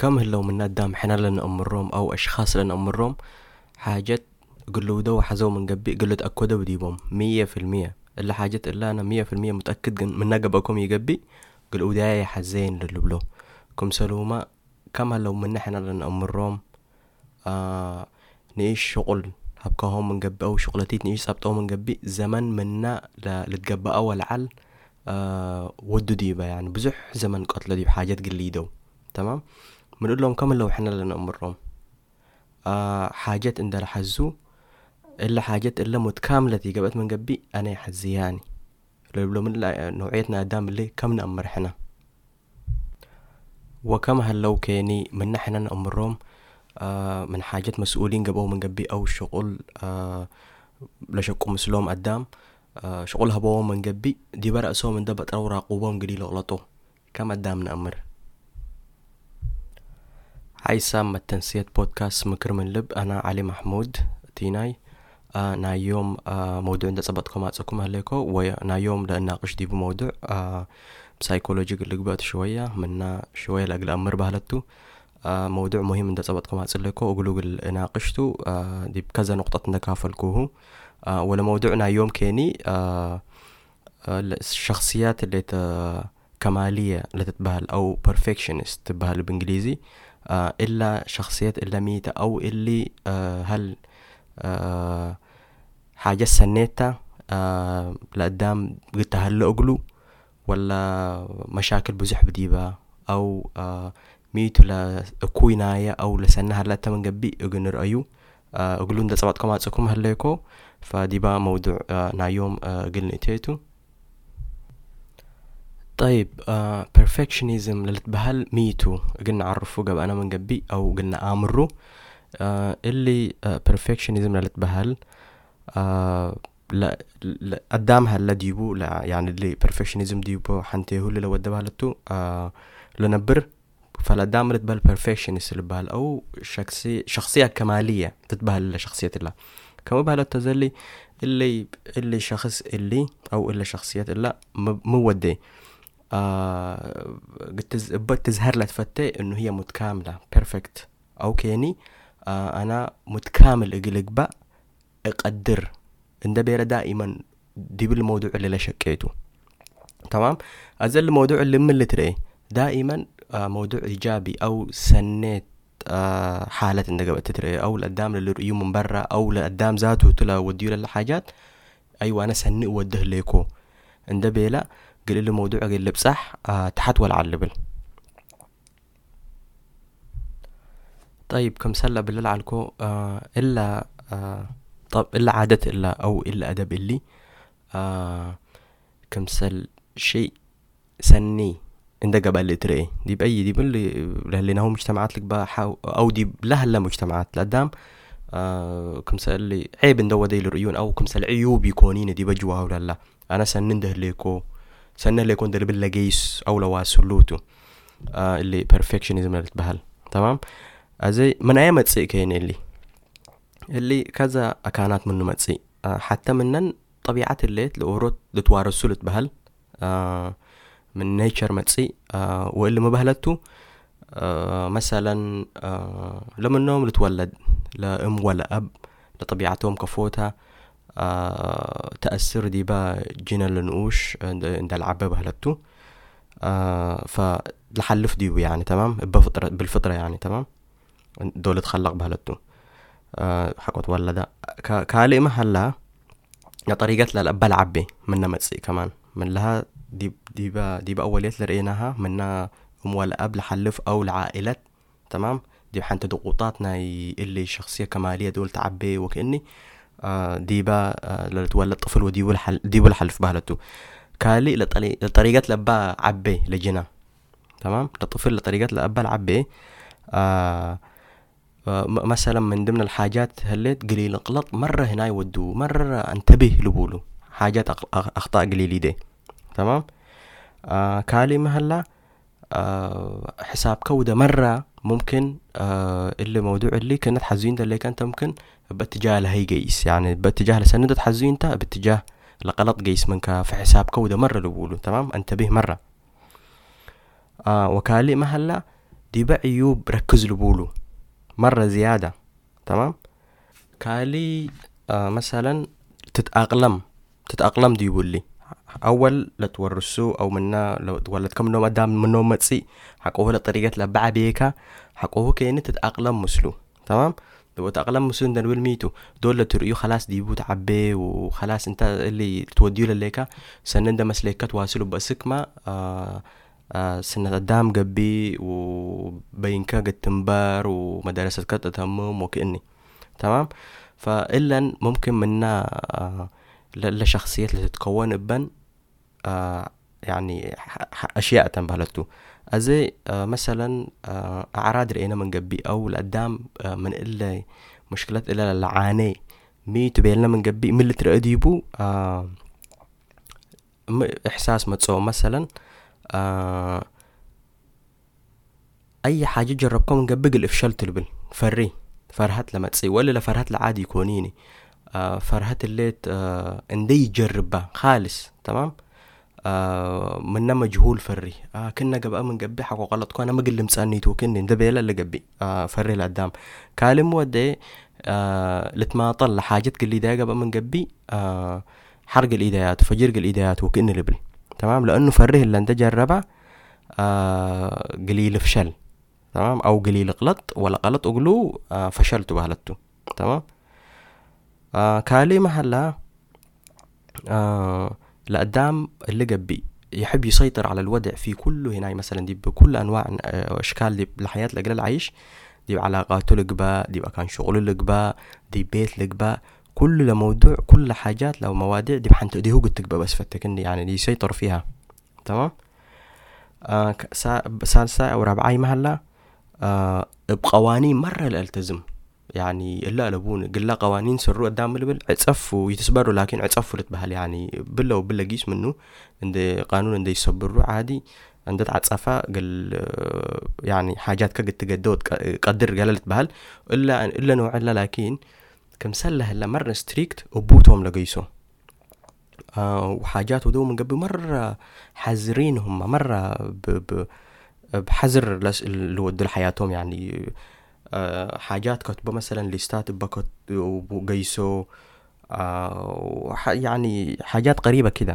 كم هلو من قدام حنا لنا أمرهم أو أشخاص لنا أمرهم حاجات قلوا ده وحزو من قبي قلوا تأكدوا وديبهم 100%. إلا حاجات إلا أنا 100% متأكد من نقبكم يقبي قلوا ده حزين للبلو كم سلوما. كم هلو من حنا لنا أمرهم نعيش شغل هبكاهم من قبي أو شغلتي نعيش سبتهم من قبي زمن منا لتقبى أول عل ودو ديبا يعني بزح زمن قتل دي بحاجات قليدو. تمام. بنقول لهم كم لو احنا لنا امرهم حاجات اندى لحزو الا حاجات الا متكامله دي قبت من قبي انا حزياني لو من نوعيتنا ادام اللي كم نامر احنا وكم هلو كاني من احنا امرهم من حاجات مسؤولين قبو من قبي او شغل لشقوا مسلوم قدام شغلها بو من قبي دي برأسهم من دبت او راقوبهم قليل غلطو كم قدام نأمر. هاي سام تنسية بودكاست مكر من لب. أنا علي محمود تيناي. نا يوم موضوع عند صبتكم أتسكم هليكو ونا يوم لنناقش دي بموضوع بسايكولوجي اللي قبات شوية منا شوية لأجل أمر بهلتو موضوع مهم عند صبتكم أتسليكو وقولوا ناقشتو دي بكذا نقطة نكافلكوه ولا موضوعنا يوم كيني الشخصيات اللي كمالية اللي تتبهل أو perfectionist تتبهل بالإنجليزي إلا شخصيات إلا ميتة أو اللي هل حاجة سنيتها لقدام قلت هل أقلو ولا مشاكل بزح بديبا أو ميتو لكوينايا أو لسنها لا تمن قبي أقن رأيو أقولون دا سبعتكم هاتسكم هليكو فديبا موضوع نايوم قلنا تيتو. طيب perfectionism للتبهل ميتو قلنا عرفو قبل أنا من قبي أو قلنا آمرو اللي perfectionism للتبهل لا قدامها لا ديبو لا يعني اللي perfectionism ديبو حنتيه اللي لو ودبها لتو لنبر فلقدام لتبهل perfectionist اللي بهل أو شخصية كمالية تتبهل لشخصية الله كما بهل التزلي اللي شخص اللي أو إلا شخصيات الله مودي تظهر لها تفتي انه هي متكاملة perfect او كيني انا متكامل اقلق بقى اقدر ان ده بيرا دائما دي بالموضوع اللي لا شكيته. تمام. ازل الموضوع اللي من اللي تريه دائما موضوع ايجابي او سنيت حالة انك قبت تريه او لقدام اللي رأيو من برا او لقدام ذاته تلا وديو للحاجات ايوه انا سني وده ليكو ان ده بيلا قال له موضوع قال لي بصح تحت ولا علبل. طيب كم سلة بالله عليكم إلا طب إلا عادة إلا أو إلا أدب اللي كم سل شيء سني عند قبل اللي تري دي بأي دي باللي لهلنا هو مجتمعات لك بقى أو دي لهلا مجتمعات لقدام كم سل لي عيب ندو دي الريون أو كم سل عيوب يكونين دي بجوا ولا لا أنا سننده ليكو سنة اللي يكون درب اللقيس أو لو سلوتو اللي perfectionism اللي تبهل. تمام. زي من أيام متسي كين اللي كذا أكانات منه متسي حتى منن طبيعة الليت لأوروت لتوارثوا لتبهل من نيتشر متسي واللي مبهلته مثلا لما النوم لتولد لأم ولا أب لطبيعتهم كفوتها تأثر دي با جينا لنقوش عند العبة بهلتو فلحلف ديو يعني. تمام. بالفطرة يعني. تمام. دولة خلق بهلتو حقوت ولا ده كالي محلها طريقة للأبا العبي من نمتسي كمان من لها دي با أوليات لرئيناها من أم ولا أب لحلف أو العائلات. تمام. دي حانت ضغوطاتنا اللي شخصية كمالية دول تعبي وكأني ديبا لتولد طفل وديبو الحلف بهلتو كالي لطريقة لأبا عبي لجنا. تمام. لطفل لطريقة لأبا العبي مثلا من ضمن الحاجات هلت قليل غلط مرة هنا يودو مرة انتبه لبولو حاجات أخطاء قليلي دي. تمام. كالي مهلا حساب كودة مرة ممكن اللي موضوع اللي كانت حزين ده اللي كانت ممكن باتجاه لهي قيس يعني باتجاه لسندة حزين تا باتجاه لغلط قيس منك في حساب كودة مرة لبولو. تمام. انتبه مرة وكالي مهلا دي بقى عيوب ركز لبولو مرة زيادة. تمام. كالي مثلا تتأقلم دي يقول لي أول لا تورسو أو منا لو ولا كم نوم قدام من نوم متسي حقوه لطريقة لبع بيكا حقوه كأني تتأقلم مسلو. تمام. لو تأقلم مسلو ده ميتو دول تريو خلاص ديبو تعبي وخلاص انت اللي توديو لليكا سنن ده مسليكا تواصلوا بسك ما سنة قدام قبي وبينكا قد تنبار ومدارس كات تهمم وكأني. تمام. فإلا ممكن منا لشخصيات اللي تتكون بن يعني أشياء تنبهلتو أزي مثلا أعراض رأينا من قبي أو لقدام من إلا مشكلات إلا العاني مي تبيلنا من قبي من اللي ترأديبو إحساس متصوم مثلا أي حاجة جربكم من قبل الإفشال تلبل فري فرهت لما تسي ولا لفرهت العادي يكونيني فرهت اللي اندي يجربها خالص. تمام. منا مجهول فري كنا قبقى من قبي حقو غلط كوانا مقل مسانيتو كني ده بيلا اللي قبي فري لقدام كالم ودي لتماطل لحاجات قلي دا قبقى من قبي حرق الإيديات وفجرق الإيديات وكأني لبل. تمام. لأنه فريه اللي انت جربه قليل فشل. تمام. أو قليل غلط ولا غلط أقلو فشلتو بهلتو. تمام. كالي محلا لقدام اللي قبي يحب يسيطر على الوضع في كله هنا مثلا دي بكل أنواع أشكال دي الحياة لقل العيش دي علاقاته لقبا دي كان شغله لقبا دي بيت لقبا كل لموضوع كل حاجات لو مواضيع دي بحنت دي هو قلت لقبا بس فتكني يعني دي يسيطر فيها. تمام. سالسة أو رابعاي محلا بقوانين مرة الالتزم يعني إلا لبون قلا قوانين سروا قدام البل عتصفوا ويتسبروا لكن عتصفوا لتبهل يعني بلا وبلا قيس منه عند قانون عند يصبروا عادي عند عتصفا قل يعني حاجات كقد تقدود قدر قال لتبهل إلا نوع إلا لكن كم سله إلا مرة ستريكت وبوتهم لقيسو وحاجات ودو من قبل مرة حذرين هم مرة بحذر اللي ودوا لحياتهم يعني حاجات كتبه مثلا ليستات بكت وقيسو يعني حاجات قريبة كده.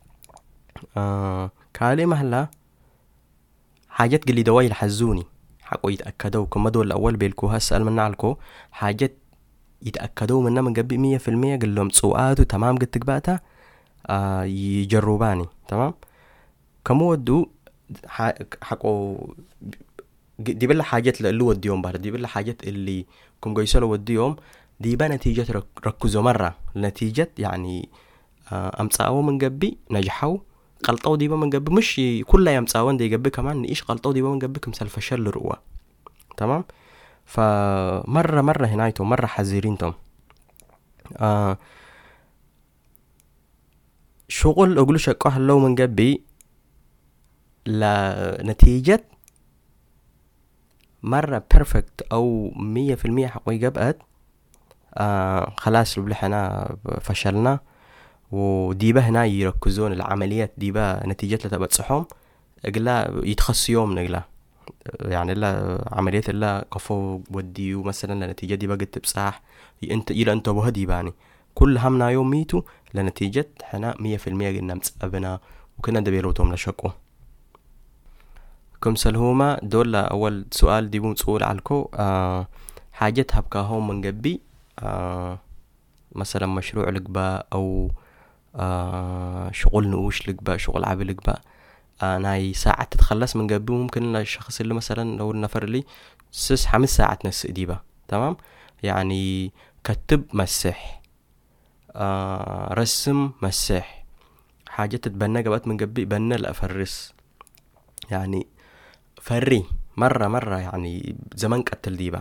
كالي هلا حاجات قلي دواي الحزوني حقو يتأكدوا كما دول الأول بيلكوها سأل من نعلكو حاجات يتأكدوا منها من قبل 100% قل لهم سؤاته تمام قد تقبأتها يجرباني. تمام. كمو ودو حقو دي بلا حاجات اللي وديهم بار دي بلا حاجات اللي كم قيسوا وديهم دي بقى نتيجة ركزوا مرة نتيجة يعني أمساوا من قبي نجحوا غلطوا دي بقى من قبي مش كل يوم تساوون دي قبي كمان نيش غلطوا دي بقى من قبي كمثال فشل رؤوا. تمام. فمرة هنايتهم مرة حذرينتهم شغل أقولوا شكوه لو من قبي لنتيجة مرة بيرفكت أو 100% حقيقة بقت خلاص لو حنا فشلنا وديبا هنا يركزون العمليات ديبا نتيجتها تبقى صحهم اقلا يتخص يوم نقلا يعني لا عمليات لا قفو وديو مثلا لنتيجة ديبا قد تبصح انت الى انت بهدي باني كل همنا يوم ميتو لنتيجة حنا 100% قلنا متسقبنا وكنا دبيروتهم لشكو. كم سلهوما دول أول سؤال دي بمسؤول عنكو حاجتها بكاهم من قبي مثلا مشروع لقبا أو شغل نقوش لقبا شغل عبي لقبا ناي ساعة تتخلص من قبي ممكن الشخص اللي مثلا لو النفر اللي 5 ساعات نس ديبا. تمام. يعني كتب مسح رسم مسح حاجة تتبنى قبات من قبي بنى الأفرس يعني فري مرة يعني زمان قتل ديبا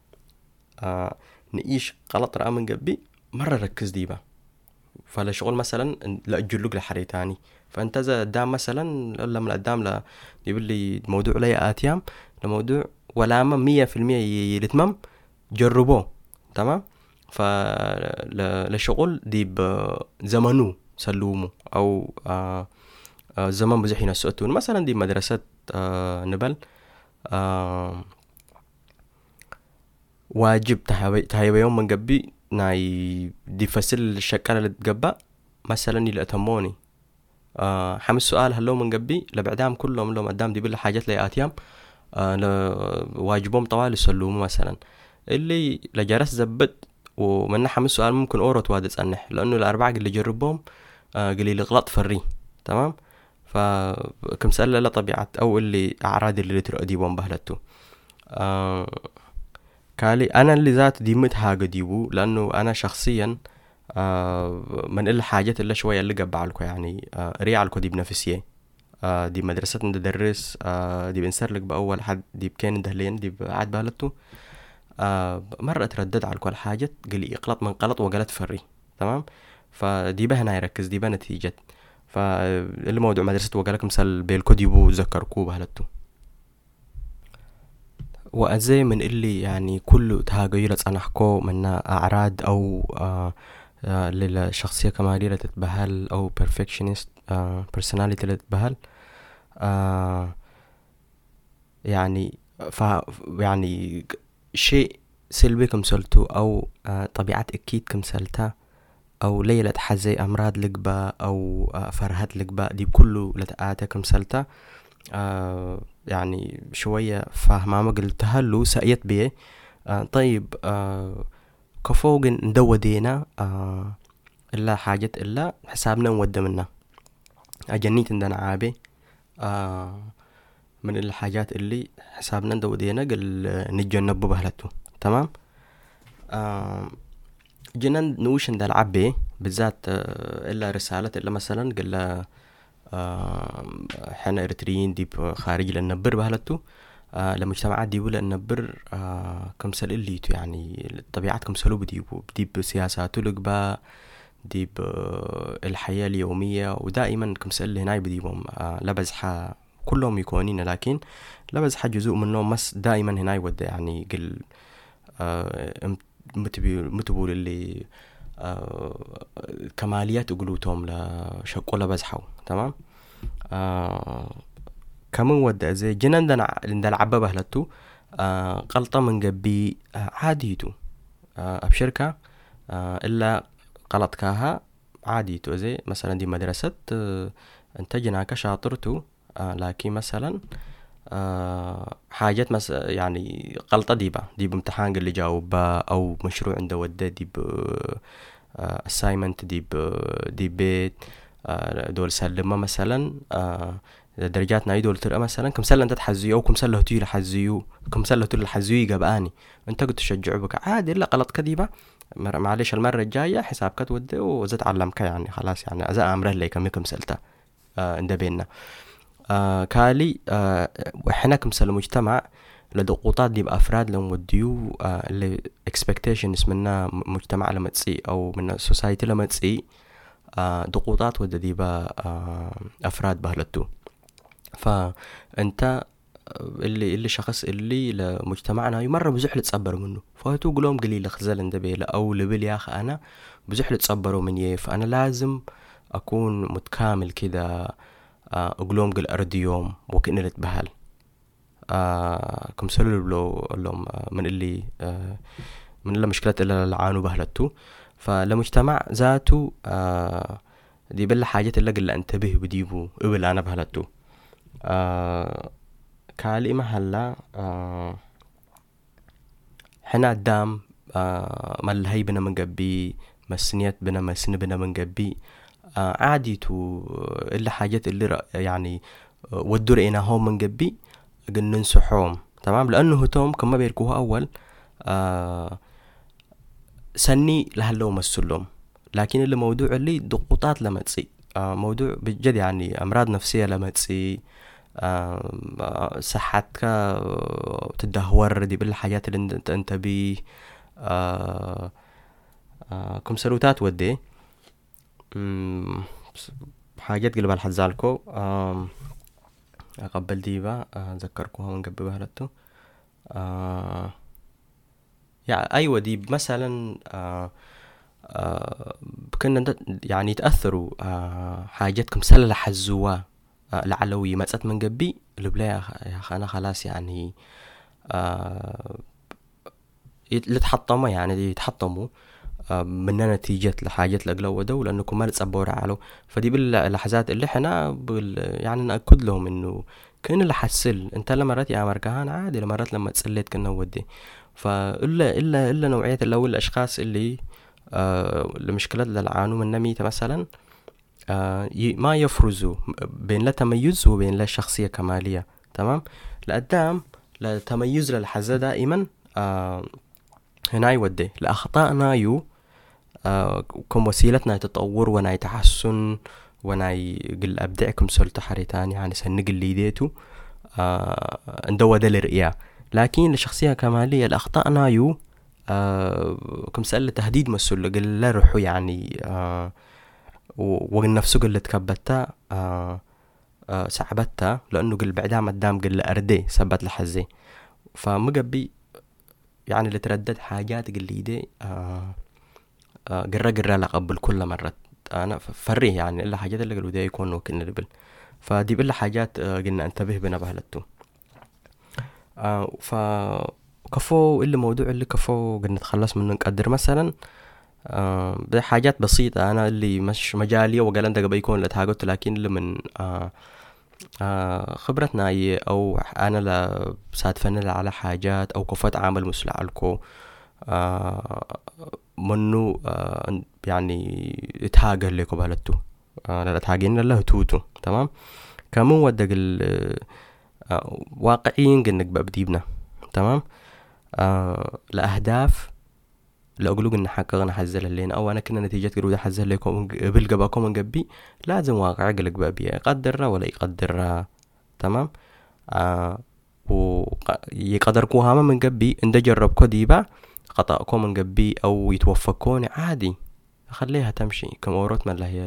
نقيش غلط رأى من قبي مرة ركز ديبا فلا شغل مثلا لا أجلوك لحريتاني فأنت إذا قدام مثلا لما قدام يقول لي موضوع لي آتيام لموضوع ولا ما 100% يتمم جربوه. تمام. فلشغل دي بزمنه سلومه أو زمان بزحينا السؤتون مثلا دي مدرسة نبل آه واجب تهيبا يوم من قبي ناي دي فسل الشكالة اللي تقبأ مثلا اللي أتموني. حمس سؤال هلو من قبي لبعدام كلهم لهم قدام دي بالله حاجات لي آتيام واجبهم طوال يسلوموا مثلا اللي لجرس زبط ومن حمس سؤال ممكن أورو توادس أنح لأنه الأربعة اللي جربهم قليل غلط فري. تمام. فكم سألة لا طبيعة أو اللي أعراض اللي ترقديبهم بهلتو. كالي أنا اللي ذات دي متهاجة ديبو لأنه أنا شخصيا من إلا حاجات إلا شوية اللي قبعلكو يعني ريعلكو دي بنفسيه. دي مدرسة ندرس دي بنسرلك بأول حد دي بكين دهلين دي بعد بهلتو. مرة تردد على كل حاجة قلي اقلط من قلط وقلت فري. تمام. فدي بهنا يركز دي بنتيجة فاللي موضوع مدرسة وقالك مثال بيلكو ديبو ذكركو بهلتو. وأزي من اللي يعني كل تهاجيلة أنا حكو من أعراض أو للشخصية كمالية تتبهل أو perfectionist personality تتبهل يعني يعني شيء سلبي كمثلته أو طبيعة أكيد كمثلتها أو ليلة حزي أمراض لقبة أو فرهات لقبة دي كله لتآتا كمثلتها يعني شوية فاهمة ما قلتها له سأيت بيه. طيب كفوق ندو دينا إلا حاجة إلا حسابنا نود منا أجنيت عندنا عابي من الحاجات اللي حسابنا ندو دينا قل نتجنب بهلته. تمام. جينا نوش عند العبي بالذات إلا رسالة إلا مثلا قل حنا إرتريين ديب خارج للنبر بهلته لمجتمعات ديبو للنبر كمسل الليتو يعني الطبيعات كمسلو بديب سياساتو لقبا ديب الحياة اليومية ودائما كمسل هناي بديبهم لبزحة كلهم يكونين لكن لبزحة جزء منهم مس دائما هناي وده يعني قل متبول اللي كماليات قلوتهم لشقو لبزحو. تمام. كمان ودا زي جنان دنا عبا بهلتو قلطة من قبي عاديتو أبشركة إلا قلط كاها عاديتو زي مثلا دي مدرسة انتجنا كشاطرتو لكن مثلا حاجات يعني غلطة دي بامتحان اللي جاوبها أو مشروع عنده وده دي assignment دي بيت دول سلمة مثلا درجاتنا يدول ترى مثلا كم سلة انت تحزيو او كم سلة هتيل حزيو كم سلة هتيل حزيو يقباني انت قلت تشجعوا بك عادي لا غلط كديبة معلش المرة الجاية حسابك تودي وزت علمك يعني خلاص يعني ازا امره لي كم سلته عند بيننا كالي وحنا كمثل مجتمع لضغوطات دي بأفراد لهم وديو اللي expectations منا مجتمع لما تسي أو من society لما تسي ضغوطات ودى دي أفراد بهلتو. فأنت اللي شخص اللي لمجتمعنا مرة بزحل تصبر منه فهتو قلوم قليل خزال اندبيل أو لبيل يا أخي أنا بزحل تصبروا مني فأنا لازم أكون متكامل كده أقولهم قل أرد يوم وكأني نتبهل كم سلول لهم من اللي من اللي مشكلات اللي العانوا بهلتو. فلمجتمع ذاته دي بلا حاجات اللي قل انتبه بديبو قبل أنا بهلتو كالي محلا حنا قدام مالهي بنا من قبي مسنيات بنا مسن بنا من قبي عاديتو إلا حاجات اللي يعني ودوا رأينا هون من قبي قلنا ننسحوهم. تمام. لأنه هتوم كما بيركوها أول سني لهلو مسلوم لكن اللي موضوع اللي ضغوطات لما تصي موضوع بجد يعني أمراض نفسية لما تصي صحتك تدهور دي بالحاجات اللي انت بي كم سلوتات ودي حاجات قلبها الحزالكو أقبل ديبا ذكركوها من قبل بهلتو يعني أيوة دي مثلا كنا يعني يتأثروا حاجات كم سلة حزوا العلوي مسأت من قبي لبلا يا أنا خلاص يعني يتحطموا يعني يتحطموا مننا نتيجة لحاجات لقلوا ده لأنكم ما نتصبوا على فدي باللحظات اللي احنا يعني نأكد لهم إنه كأن اللي حسل انت لمرات يا مركهان عادي لمرات لما تسليت كنا ودي فإلا نوعية الأول الأشخاص اللي لمشكلات للعانوا من نميته مثلا ما يفرزوا بين لا تميز وبين لا شخصية كمالية. تمام. لقدام لتميز للحظة دائما هنا يودي لأخطائنا كم وسيلتنا يتطور ونا يتحسن ونا يقل أبدعكم سلطة حريتان يعني سنقل اللي ديتو اندو ده لرئيا. لكن لشخصية كمالية الأخطائنا كم سأل تهديد مسؤول قل لا روحو يعني وقل نفسه قل تكبتها سحبتها لأنه قل بعدها مدام قل أردي سبت لحزي فمقبي يعني اللي تردد حاجات قل لي دي قرر لقبل كل مرة أنا فريه يعني إلا حاجات اللي قالوا ده يكونوا كنا لبل فدي بلا حاجات قلنا انتبه بنا بهلتو فكفو اللي موضوع اللي كفو قلنا نتخلص منه نقدر مثلا ده حاجات بسيطة أنا اللي مش مجالي وقال أنت قبل يكون لتهاجت لكن اللي من خبرتنا أو أنا لا ساتفنل على حاجات أو كفت عامل مسلعلكو منو يعني يتهاجر لكو بهلتو لا تهاجين الله توتو. تمام. كمو ودق واقعيين قنك ببديبنا. تمام. لأهداف لو أقولوا إن حققنا حزل اللين أو أنا كنا نتيجة قرودة حزل لكم بالقباكم من قبي لازم واقع قلق بابي يقدر ولا يقدر. تمام. ويقدركوها من قبي إن جربكو ديبا خطأكم من قبي أو يتوفقون عادي خليها تمشي كمورات ما هي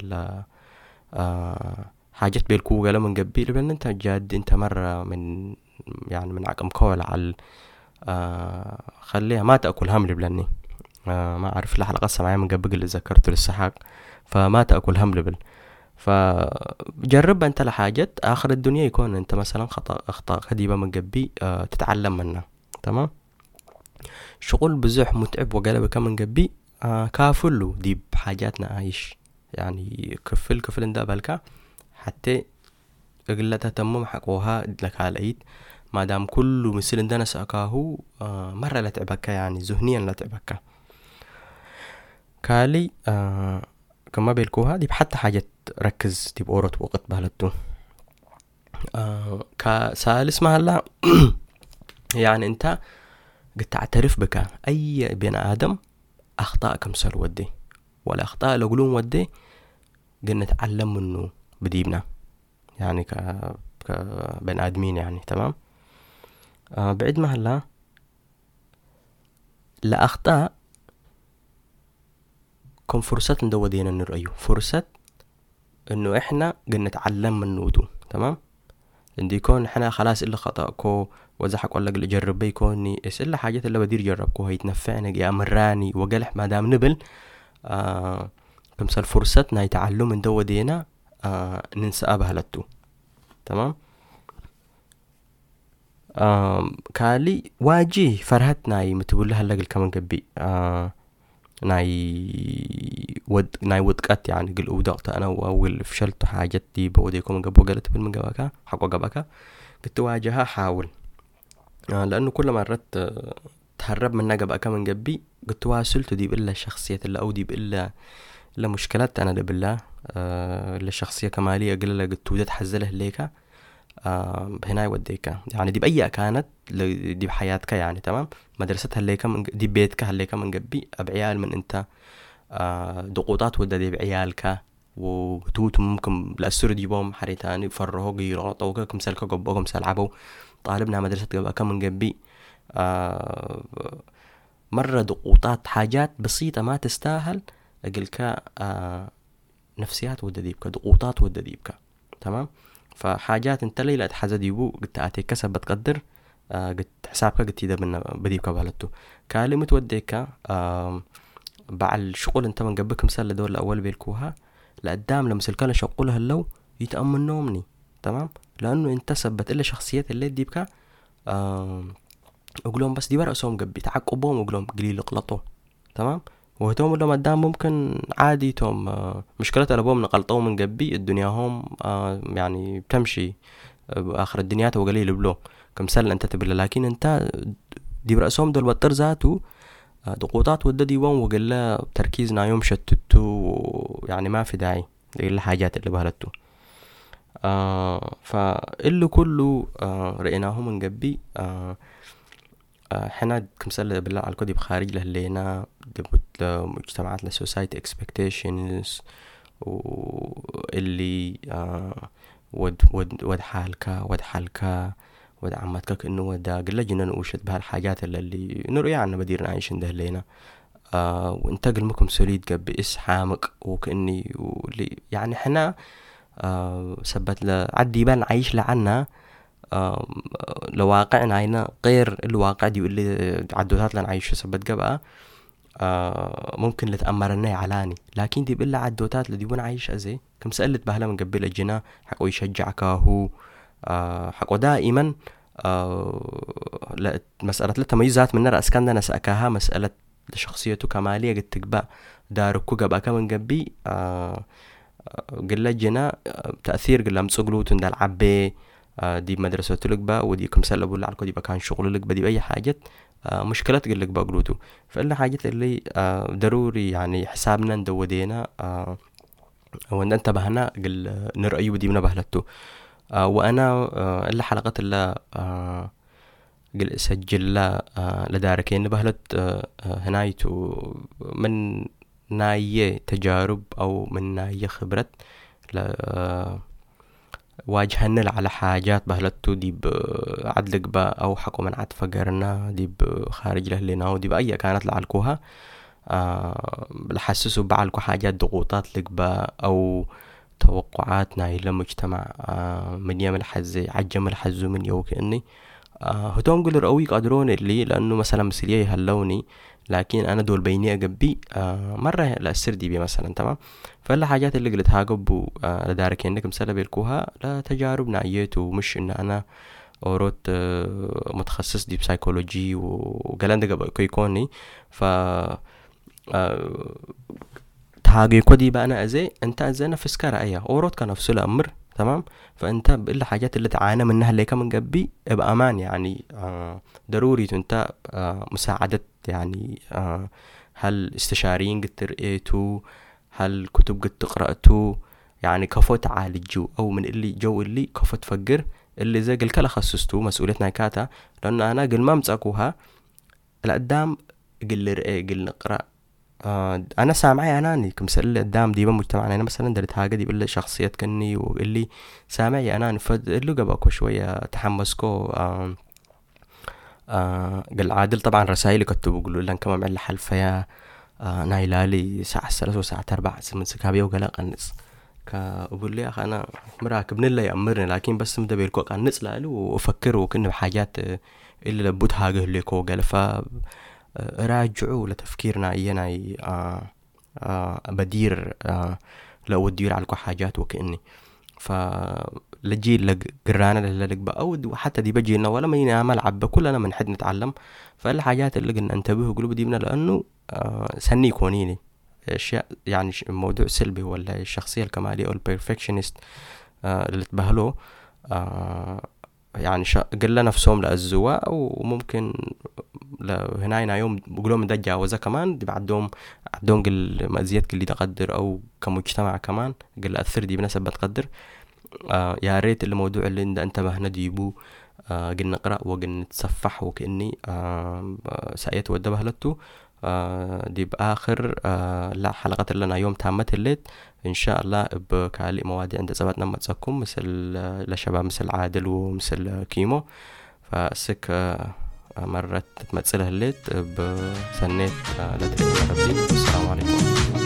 حاجات بالكو قال من قبي لأن أنت جاد أنت مرة من يعني من عقم كول على خليها ما تأكل هم لبلاني ما أعرف الحلقة معايا من قبل اللي ذكرته للسحاق فما تأكل هم لبل فجرب أنت لحاجات آخر الدنيا يكون أنت مثلا أخطاء قديمة من قبي تتعلم منها. تمام. شغل بزح متعب وقلب كم من قبي كافلو دي بحاجاتنا عايش يعني كفل اندا بالكا حتى قلتها تمم حقوها لك عليد ما دام كله مثل عندنا ساكاهو مرة لا تعبك يعني ذهنيا لا تعبك كالي كما بيلكوها دي حتى حاجة ركز دي بأورة وقت بهلتو كسالس ما هلا يعني انت قد تعترف بك اي بني ادم اخطاء كمثل ودي ولا اخطاء لو قلون ودي قلنا نتعلم منه بديبنا يعني كبني ادمين يعني. تمام. بعد ما هلا لا اخطاء كم فرصة ندو دينا نرأيه فرصة انه احنا قلنا نتعلم منه دو. تمام. عندي يكون احنا خلاص الا خطأكو وزحك ولا قل جرب بيكوني اس الا حاجات اللي بدير جربكو هيتنفعني يا مراني وقلح ما دام نبل كمثال فرصتنا يتعلم من دو دينا ننسى بهلتو. تمام. كالي واجي فرهتنا متقول لها لقل كمان قبي ناي ودقت يعني قل ودقت انا واول فشلت حاجات دي بوديكم من قبل قلت من قباكا حقو قباكا قلت واجهها حاول لانه كل مرة تهرب من قباكا من قبي قلت واصلت دي بإلا الشخصية اللي او دي بإلا مشكلات انا دي بالله الشخصية كمالية قل قلت ودت حزله ليكا هنا يوديك يعني دي بأي كانت دي بحياتك يعني. تمام. مدرستها اللي كم دي بيتك اللي كم من قبي بعيال من انت ضغوطات ودا دي بعيالك وتوت ممكن الأسر ديبهم حريتاني فرهو قيراط او كم سلكه قبوهم سلعبوا طالبنا مدرسة قبل كم من قبي مرة ضغوطات حاجات بسيطة ما تستاهل أقلك نفسيات ودا ديبك ضغوطات ودا ديبك. تمام. فحاجات انت ليلة حاجة ديبو قلت اتي كسب بتقدر قلت حسابك قلت اذا بديبك بهلتو كالمة وديك بعد الشغل انت من قبلك مثال لدور الاول بيلكوها لقدام لما سلكانا شغولها اللو يتأمن نومني تمام، لانه انت ثبت الا شخصيات اللي دي بكا. اقولهم بس دي برأسهم قبي تعقبهم واقولهم قليل اغلطوا. تمام، وهتوم لهم قدام ممكن عادي توم مشكلة الابوهم نقلطوه من قبي الدنيا هم يعني بتمشي باخر الدنيا وقليل بلو كمثال انت تبلا، لكن انت دي برأسهم دول بطر ذاته ضغوطات وددي وان وقلا تركيزنا يوم شتتو، يعني ما في داعي للحاجات اللي بهلتو. فاللي كله رأيناه من قبي حنا كمثال بالله على الكودي بخارج لهلينا دبوت مجتمعات لسوسايتي اكسبكتيشنز واللي ود حالك ود عمتك انه ودا قل جنا نوشد بهالحاجات اللي نرؤي عنا بديرنا عايشين دهلينا. وانتقل مكم سوليد قبي اس حامق وكأني يعني حنا سبت لعدي بان عايش لعنا لواقعنا هنا غير الواقع دي اللي عدوتات لنا عايشة سبت قبقى ممكن لتأمرنا علاني، لكن دي بإلا عدوتات اللي ديبون عايش أزي كم سألت بهلا من قبل الجنا حقو يشجعك هو حقو دائما مسألة لتميزات من رأس كان دانا سأكاها مسألة لشخصيته كمالية قد تقبع داركو قبقى كمن قبي قل جنا تأثير قل مصقلو تندال عبي دي مدرسة لك بقى ودي كمثال بقول لعلكو دي بقى كان شغل لك بدي بأي حاجة مشكلات قل لك بقى قلوتو. فإلا حاجات اللي ضروري يعني حسابنا ندودينا وان انتبهنا قل نرأي ودي من بهلتو. وانا إلا حلقات اللي قل سجل لا لداركين بهلت هنايتو من ناية تجارب او من ناية خبرت واجهنا على حاجات بهلتو دي بعدلق با او حقو من عد فقرنا دي بخارج لهلنا ودي بأي كانت لعلكوها لحسسوا بعلكو حاجات ضغوطات لك با او توقعاتنا الى مجتمع من يوم الحزي عجم الحزو من يو كأني هتوم قل رأوي قادرون اللي لانه مثلا مسلية يهلوني لكن انا دول بيني اقبي مرة لأسر دي بي مثلا. تمام، فالله حاجات اللي قلت هاقب لدارك انك مسألة بيلكوها لا تجارب نعيت ومش ان انا اوروت متخصص دي بسايكولوجي وقلان دقا كيكوني ف تهاقي كودي بقى انا ازي انت ازي نفس كرأيها اوروت كنفس الامر. تمام، فانت بإلا حاجات اللي تعانى منها اللي كمان قبي ابقى امان يعني ضروري انت مساعدة يعني هل استشاريين قد ترقيتو هل كتب قد تقرأتو يعني كفو تعالجو او من اللي جو اللي كفو تفكر اللي زي قل كلا خصصتو مسؤوليتنا كاتا لأن انا قل ما مساكوها لقدام قل رقي قل نقرأ انا سامعي اناني كمثال اللي قدام ديبا مجتمعنا انا مثلا درت حاجه دي بالله شخصيات كني واللي سامعي اناني فاللي قباكو شويه تحمسكو قال عادل طبعا رسائلي كتبوا يقولوا لنا كمان معي حلفيا نايلالي ساعة 3 وساعة 4 من سكابي وقال قنص كأقول لي أخي أنا مراكب نلا يأمرني لكن بس مدى بيلكو قنص لالو وأفكر وكأنه بحاجات اللي لبوت حاجة اللي كو قال راجعوا لتفكيرنا اينا بدير لو دير على حاجات وكأني فلجيل لقرانا للق بأود وحتى دي بجينا ولا ما ينعمل عبا كلنا من حد نتعلم. فالحاجات اللي قلنا انتبهوا قلوب ديبنا لأنه سني كونيني اشياء يعني موضوع سلبي ولا الشخصية الكمالية او البرفكشنست اللي تبهلو يعني قل نفسهم لأزوا وممكن هنا يوم بيقولوا من ده جاوزة كمان دي بعدهم قل مأزيات قل تقدر او كمجتمع كمان قل أثر دي بنسبة تقدر يا ريت الموضوع اللي انتبهنا ديبو قل نقرأ وقل نتصفح وكأني سأيت ودبه لتو دي بآخر لا حلقات اللي أنا يوم تامت الليت إن شاء الله بكالي مواد عند زباتنا ما تسكم مثل لشباب مثل عادل ومثل كيمو فسك مرت تمثلها الليت بسنة لا تريد. السلام عليكم.